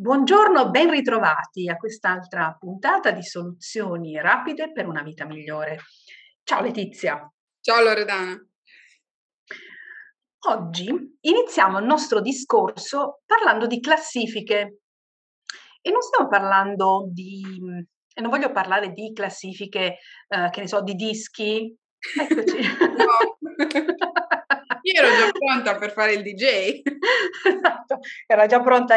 Buongiorno, ben ritrovati a quest'altra puntata di soluzioni rapide per una vita migliore. Ciao Letizia. Ciao Loredana. Oggi iniziamo il nostro discorso parlando di classifiche e non stiamo parlando e non voglio parlare di classifiche, che ne so, di dischi. Eccoci. No, io ero già pronta per fare il DJ. Esatto, era già pronta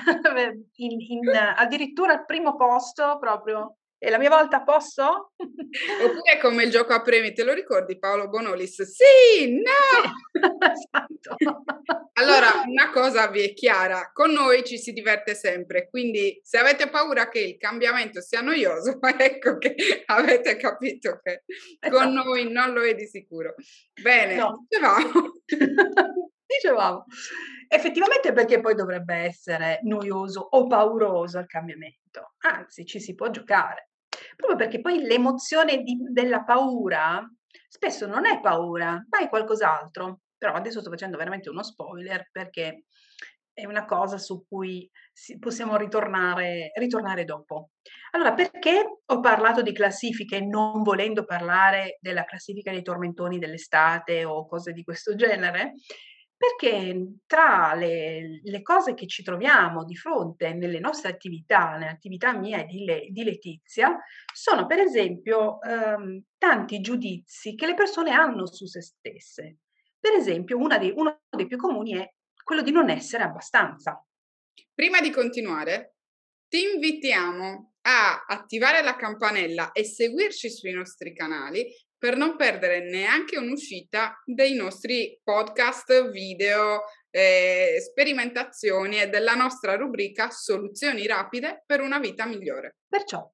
addirittura al primo posto proprio. E la mia volta posso? Oppure come il gioco a premi, te lo ricordi Paolo Bonolis? Sì, no! Sì, esatto. Allora, una cosa vi è chiara, con noi ci si diverte sempre, quindi se avete paura che il cambiamento sia noioso, ecco che avete capito che con Esatto. noi non lo è di sicuro. Bene, No. dicevamo. Dicevamo, effettivamente perché poi dovrebbe essere noioso o pauroso il cambiamento? Anzi, ci si può giocare. Proprio perché poi l'emozione della paura spesso non è paura, ma è qualcos'altro. Però adesso sto facendo veramente uno spoiler perché è una cosa su cui possiamo ritornare dopo. Allora, perché ho parlato di classifiche non volendo parlare della classifica dei tormentoni dell'estate o cose di questo genere? Perché tra le cose che ci troviamo di fronte nelle nostre attività, nell'attività mia e di Letizia, sono per esempio, tanti giudizi che le persone hanno su se stesse. Per esempio uno dei più comuni è quello di non essere abbastanza. Prima di continuare, ti invitiamo a attivare la campanella e seguirci sui nostri canali per non perdere neanche un'uscita dei nostri podcast, video, sperimentazioni e della nostra rubrica Soluzioni rapide per una vita migliore. Perciò,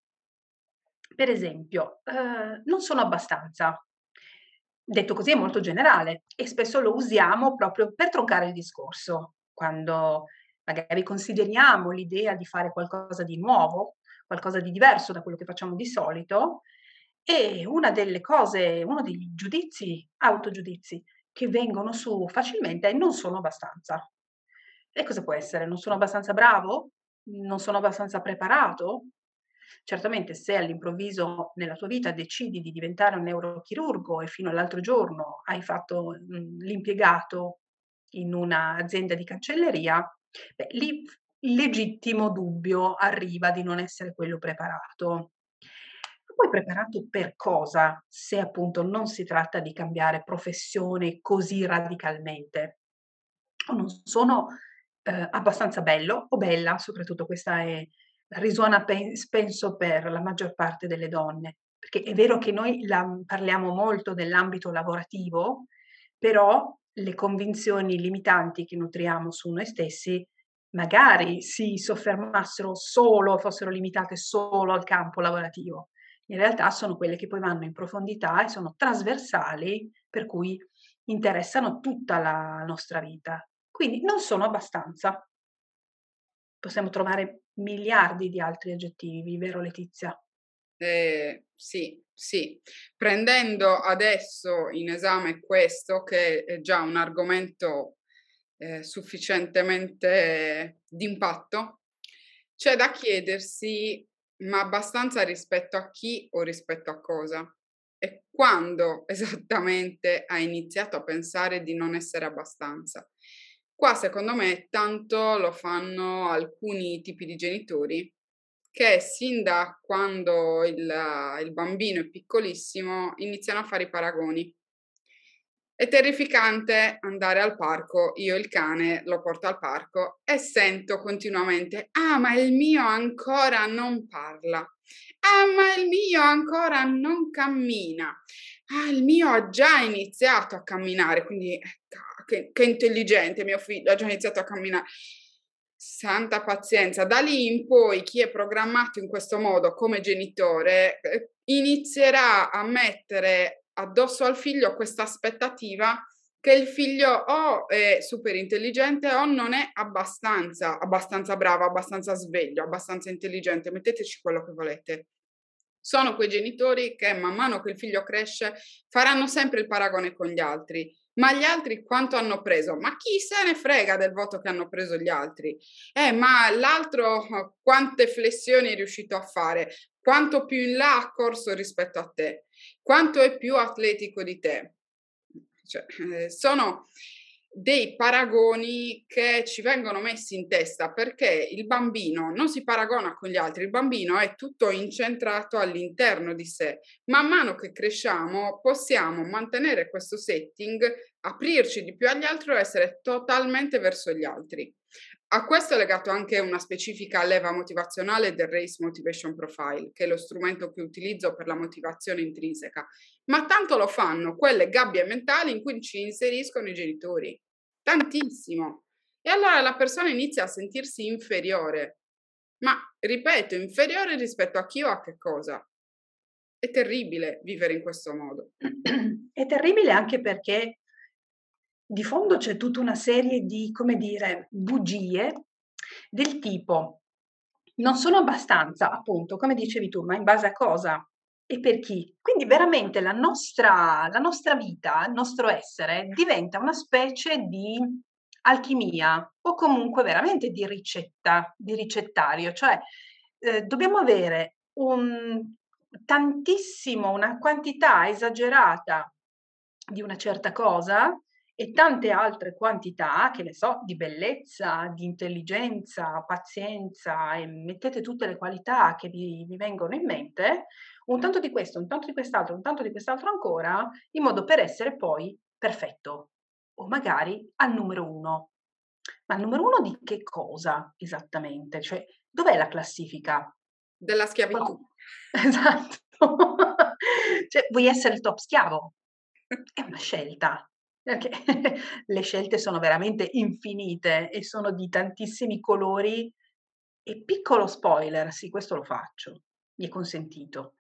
per esempio, non sono abbastanza. Detto così è molto generale e spesso lo usiamo proprio per troncare il discorso, quando magari consideriamo l'idea di fare qualcosa di nuovo, qualcosa di diverso da quello che facciamo di solito, e una delle cose, uno degli autogiudizi che vengono su facilmente è: non sono abbastanza. E cosa può essere? Non sono abbastanza bravo? Non sono abbastanza preparato? Certamente se all'improvviso nella tua vita decidi di diventare un neurochirurgo e fino all'altro giorno hai fatto, l'impiegato in un'azienda di cancelleria, beh, lì il legittimo dubbio arriva di non essere quello preparato. Ma poi preparato per cosa, se appunto non si tratta di cambiare professione così radicalmente? O non sono, abbastanza bello o bella, soprattutto questa risuona penso per la maggior parte delle donne, perché è vero che noi parliamo molto dell'ambito lavorativo, però le convinzioni limitanti che nutriamo su noi stessi magari si soffermassero fossero limitate solo al campo lavorativo. In realtà sono quelle che poi vanno in profondità e sono trasversali, per cui interessano tutta la nostra vita. Quindi non sono abbastanza. Possiamo trovare miliardi di altri aggettivi, vero Letizia? Sì, sì. Prendendo adesso in esame questo, che è già un argomento sufficientemente d'impatto, c'è da chiedersi, ma abbastanza rispetto a chi o rispetto a cosa? E quando esattamente hai iniziato a pensare di non essere abbastanza? Qua secondo me tanto lo fanno alcuni tipi di genitori che sin da quando il bambino è piccolissimo iniziano a fare i paragoni. È terrificante andare al parco, io il cane lo porto al parco e sento continuamente: "Ah, ma il mio ancora non parla. Ah, ma il mio ancora non cammina. Ah, il mio ha già iniziato a camminare", quindi che intelligente mio figlio, ha già iniziato a cammina Santa pazienza. Da lì in poi chi è programmato in questo modo come genitore, inizierà a mettere addosso al figlio questa aspettativa che il figlio o è super intelligente o non è abbastanza bravo, abbastanza sveglio, abbastanza intelligente, metteteci quello che volete. Sono quei genitori che man mano che il figlio cresce faranno sempre il paragone con gli altri. Ma gli altri quanto hanno preso? Ma chi se ne frega del voto che hanno preso gli altri? Ma l'altro quante flessioni è riuscito a fare? Quanto più in là ha corso rispetto a te? Quanto è più atletico di te? Cioè, sono dei paragoni che ci vengono messi in testa perché il bambino non si paragona con gli altri, il bambino è tutto incentrato all'interno di sé. Man mano che cresciamo possiamo mantenere questo setting, aprirci di più agli altri o essere totalmente verso gli altri. A questo è legato anche una specifica leva motivazionale del Race Motivation Profile, che è lo strumento che utilizzo per la motivazione intrinseca. Ma tanto lo fanno quelle gabbie mentali in cui ci inseriscono i genitori. Tantissimo. E allora la persona inizia a sentirsi inferiore. Ma, ripeto, inferiore rispetto a chi o a che cosa? È terribile vivere in questo modo. È terribile anche perché di fondo c'è tutta una serie di, come dire, bugie del tipo: non sono abbastanza, appunto, come dicevi tu, ma in base a cosa e per chi? Quindi veramente la nostra vita, il nostro essere diventa una specie di alchimia o comunque veramente di ricetta, di ricettario, cioè dobbiamo avere una quantità esagerata di una certa cosa e tante altre quantità, che ne so, di bellezza, di intelligenza, pazienza, e mettete tutte le qualità che vi vengono in mente, un tanto di questo, un tanto di quest'altro, un tanto di quest'altro ancora, in modo per essere poi perfetto, o magari al numero 1. Ma al numero 1 di che cosa esattamente? Cioè, dov'è la classifica? Della schiavitù. Esatto. Cioè, vuoi essere il top schiavo? È una scelta, perché le scelte sono veramente infinite e sono di tantissimi colori e piccolo spoiler, sì, questo lo faccio, mi è consentito.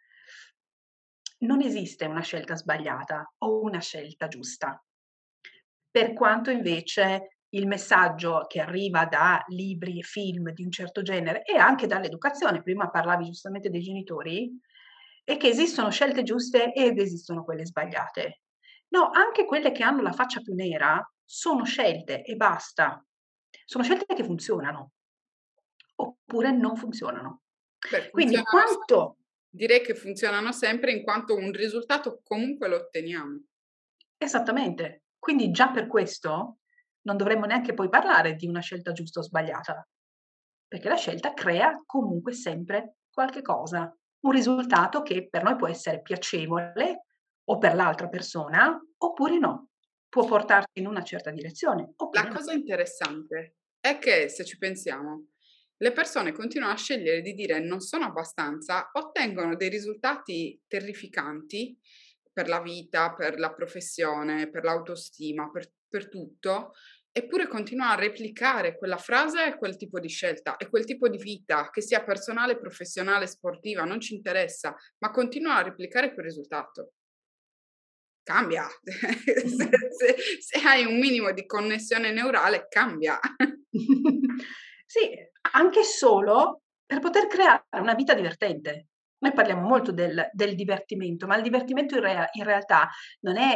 Non esiste una scelta sbagliata o una scelta giusta. Per quanto invece il messaggio che arriva da libri e film di un certo genere e anche dall'educazione, prima parlavi giustamente dei genitori, è che esistono scelte giuste ed esistono quelle sbagliate. No, anche quelle che hanno la faccia più nera sono scelte e basta. Sono scelte che funzionano, oppure non funzionano. Beh, Quindi funzionano quanto direi che funzionano sempre in quanto un risultato comunque lo otteniamo. esattamente. Quindi già per questo non dovremmo neanche poi parlare di una scelta giusta o sbagliata, perché la scelta crea comunque sempre qualche cosa, un risultato che per noi può essere piacevole o per l'altra persona, oppure no. Può portarci in una certa direzione, La oppure no. cosa interessante è che, se ci pensiamo, le persone continuano a scegliere di dire non sono abbastanza, ottengono dei risultati terrificanti per la vita, per la professione, per l'autostima, per tutto, eppure continuano a replicare quella frase e quel tipo di scelta e quel tipo di vita, che sia personale, professionale, sportiva, non ci interessa, ma continuano a replicare quel risultato. Cambia, se hai un minimo di connessione neurale cambia. Sì, anche solo per poter creare una vita divertente. Noi parliamo molto del divertimento, ma il divertimento in realtà non è,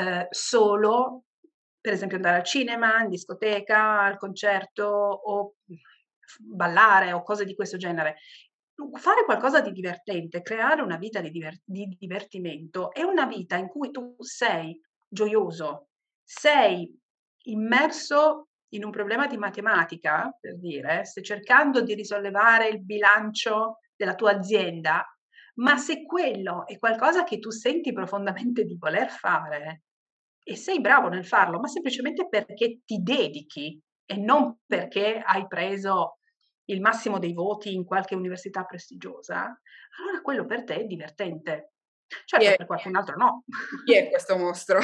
solo, per esempio, andare al cinema, in discoteca, al concerto o ballare o cose di questo genere. Fare qualcosa di divertente, creare una vita di divertimento è una vita in cui tu sei gioioso, sei immerso in un problema di matematica, per dire, stai cercando di risollevare il bilancio della tua azienda, ma se quello è qualcosa che tu senti profondamente di voler fare e sei bravo nel farlo, ma semplicemente perché ti dedichi e non perché hai preso il massimo dei voti in qualche università prestigiosa, allora quello per te è divertente. Chi Certo, è per qualcun altro no. chi è questo mostro?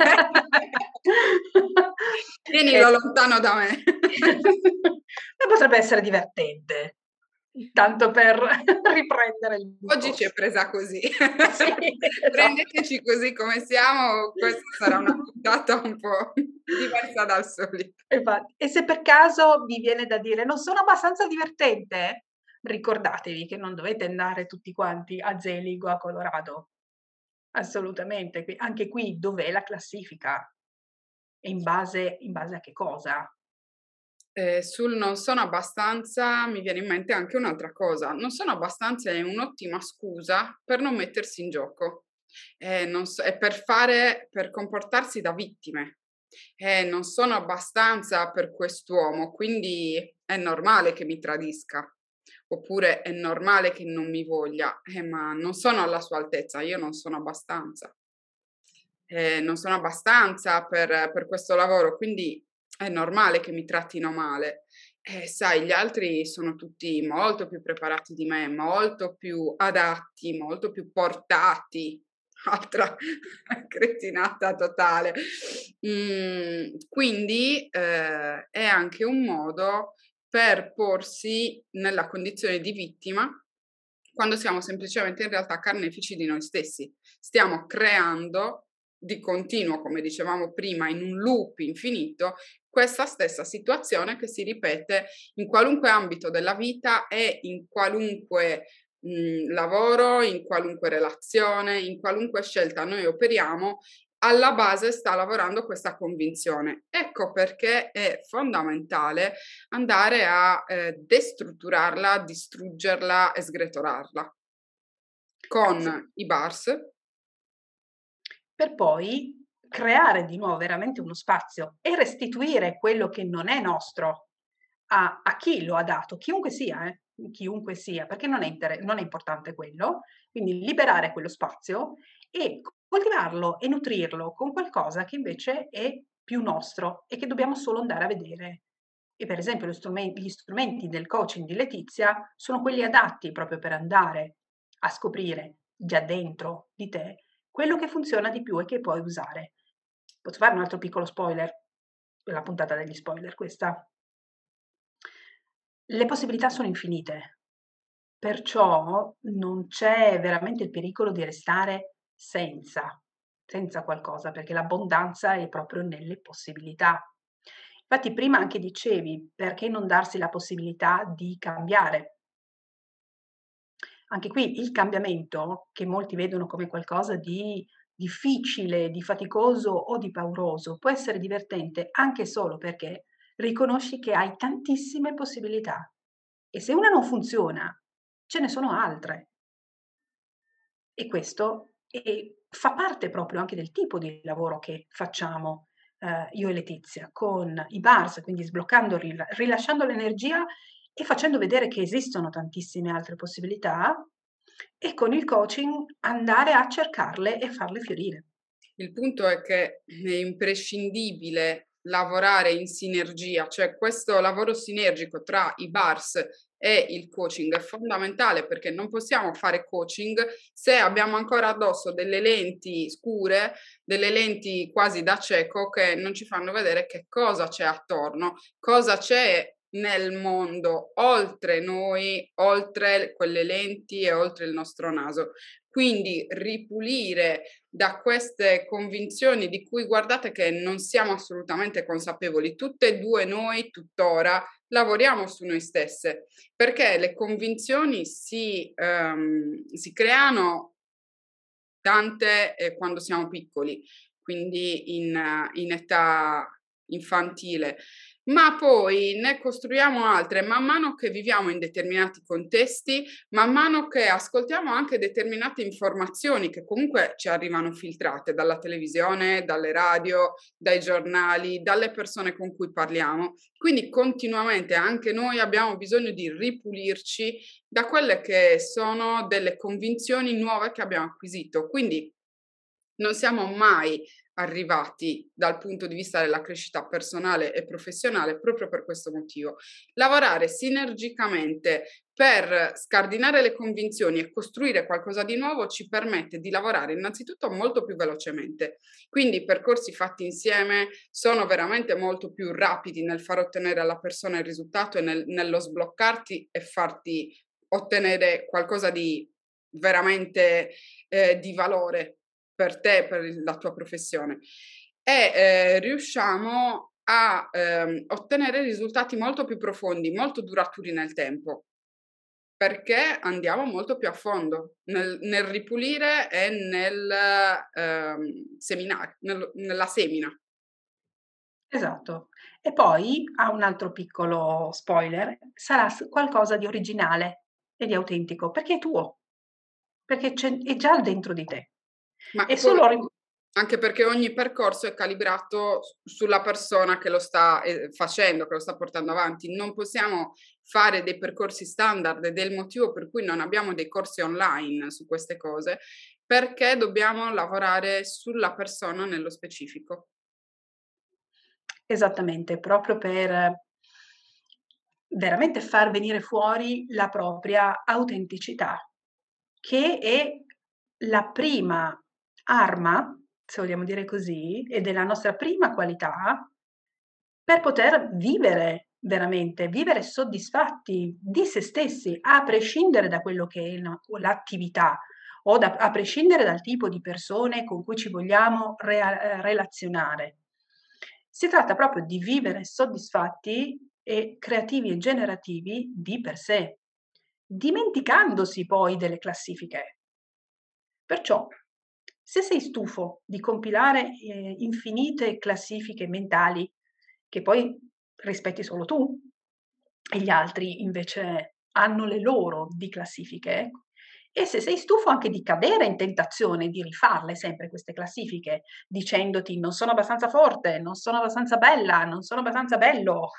Eh, Tienilo lontano da me. ma potrebbe essere divertente, tanto per riprendere il Oggi ci è discorso. presa così. Sì, esatto. Prendeteci così come siamo, questa sarà una puntata un po' diversa dal solito. Infatti. E se per caso vi viene da dire: "Non sono abbastanza divertente?" Ricordatevi che non dovete andare tutti quanti a Zelig o a Colorado. Assolutamente. Qui anche qui dov'è la classifica? E in base a che cosa? Sul non sono abbastanza mi viene in mente anche un'altra cosa. Non sono abbastanza è un'ottima scusa per non mettersi in gioco. Non s È per comportarsi da vittime. Non sono abbastanza per quest'uomo, quindi è normale che mi tradisca. Oppure è normale che non mi voglia. Ma non sono alla sua altezza, io non sono abbastanza. Non sono abbastanza per questo lavoro, quindi è normale che mi trattino male. Sai, gli altri sono tutti molto più preparati di me, molto più adatti, molto più portati. Altra cretinata totale. Quindi, è anche un modo per porsi nella condizione di vittima, quando siamo semplicemente in realtà carnefici di noi stessi. Stiamo creando di continuo, come dicevamo prima, in un loop infinito, questa stessa situazione che si ripete in qualunque ambito della vita e in qualunque lavoro, in qualunque relazione, in qualunque scelta noi operiamo, alla base sta lavorando questa convinzione. Ecco perché è fondamentale andare a destrutturarla, distruggerla e sgretolarla Sì. con i bars. Per poi creare di nuovo veramente uno spazio e restituire quello che non è nostro a chi lo ha dato, chiunque sia, perché non è importante quello, quindi liberare quello spazio e coltivarlo e nutrirlo con qualcosa che invece è più nostro e che dobbiamo solo andare a vedere. E per esempio gli strumenti del coaching di Letizia sono quelli adatti proprio per andare a scoprire già dentro di te quello che funziona di più e che puoi usare. Posso fare un altro piccolo spoiler? La puntata degli spoiler questa. Le possibilità sono infinite, perciò non c'è veramente il pericolo di restare senza qualcosa, perché l'abbondanza è proprio nelle possibilità. Infatti prima anche dicevi, perché non darsi la possibilità di cambiare? Anche qui il cambiamento, che molti vedono come qualcosa di difficile, di faticoso o di pauroso, può essere divertente anche solo perché riconosci che hai tantissime possibilità e se una non funziona, ce ne sono altre. E questo, fa parte proprio anche del tipo di lavoro che facciamo, io e Letizia, con i bars, quindi sbloccando, rilasciando l'energia e facendo vedere che esistono tantissime altre possibilità e con il coaching andare a cercarle e farle fiorire. Il punto è che è imprescindibile lavorare in sinergia, cioè questo lavoro sinergico tra i bars e il coaching è fondamentale perché non possiamo fare coaching se abbiamo ancora addosso delle lenti scure, delle lenti quasi da cieco che non ci fanno vedere che cosa c'è attorno, cosa c'è nel mondo oltre noi, oltre quelle lenti e oltre il nostro naso. Quindi ripulire da queste convinzioni di cui guardate che non siamo assolutamente consapevoli. Tutte e due noi tuttora lavoriamo su noi stesse, perché le convinzioni si creano tante, quando siamo piccoli, quindi in età infantile, ma poi ne costruiamo altre man mano che viviamo in determinati contesti, man mano che ascoltiamo anche determinate informazioni che comunque ci arrivano filtrate dalla televisione, dalle radio, dai giornali, dalle persone con cui parliamo. Quindi continuamente anche noi abbiamo bisogno di ripulirci da quelle che sono delle convinzioni nuove che abbiamo acquisito. Quindi non siamo mai arrivati dal punto di vista della crescita personale e professionale proprio per questo motivo. Lavorare sinergicamente per scardinare le convinzioni e costruire qualcosa di nuovo ci permette di lavorare innanzitutto molto più velocemente. Quindi i percorsi fatti insieme sono veramente molto più rapidi nel far ottenere alla persona il risultato e nello sbloccarti e farti ottenere qualcosa di veramente di valore per te, per la tua professione. E riusciamo a ottenere risultati molto più profondi, molto duraturi nel tempo, perché andiamo molto più a fondo nel ripulire e nel seminare, nella semina. esatto. E poi ha un altro piccolo spoiler, sarà qualcosa di originale e di autentico, perché è tuo, perché è già dentro di te. Ma È poi solo anche perché ogni percorso è calibrato sulla persona che lo sta facendo, che lo sta portando avanti. Non possiamo fare dei percorsi standard ed è il motivo per cui non abbiamo dei corsi online su queste cose, perché dobbiamo lavorare sulla persona nello specifico. esattamente, proprio per veramente far venire fuori la propria autenticità, che è la prima arma, se vogliamo dire così, ed è la nostra prima qualità per poter vivere veramente, vivere soddisfatti di se stessi, a prescindere da quello che è l'attività o a prescindere dal tipo di persone con cui ci vogliamo relazionare. Si tratta proprio di vivere soddisfatti e creativi e generativi di per sé, dimenticandosi poi delle classifiche. Perciò, se sei stufo di compilare infinite classifiche mentali che poi rispetti solo tu e gli altri invece hanno le loro di classifiche, e se sei stufo anche di cadere in tentazione di rifarle sempre queste classifiche, dicendoti non sono abbastanza forte, non sono abbastanza bella, non sono abbastanza bello,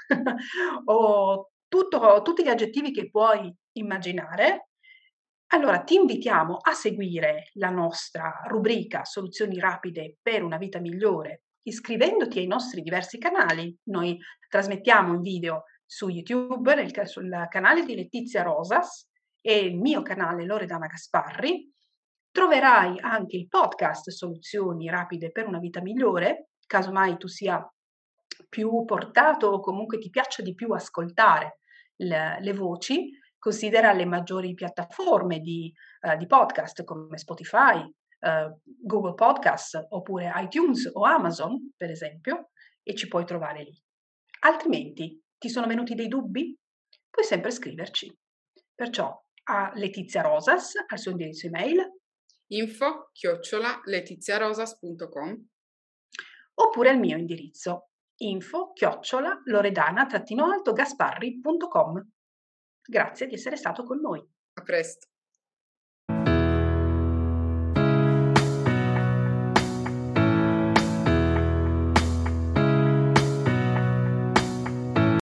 o tutti gli aggettivi che puoi immaginare, allora ti invitiamo a seguire la nostra rubrica Soluzioni rapide per una vita migliore, iscrivendoti ai nostri diversi canali. Noi trasmettiamo in video su YouTube, sul canale di Letizia Rosas e il mio canale Loredana Gasparri. Troverai anche il podcast Soluzioni rapide per una vita migliore, casomai tu sia più portato o comunque ti piaccia di più ascoltare le voci. Considera le maggiori piattaforme di podcast come Spotify, Google Podcast oppure iTunes o Amazon, per esempio, e ci puoi trovare lì. Altrimenti, ti sono venuti dei dubbi? Puoi sempre scriverci. Perciò a Letizia Rosas, al suo indirizzo email, info@letiziarosas.com. oppure al mio indirizzo info@loredana-gasparri.com. Grazie di essere stato con noi. A presto.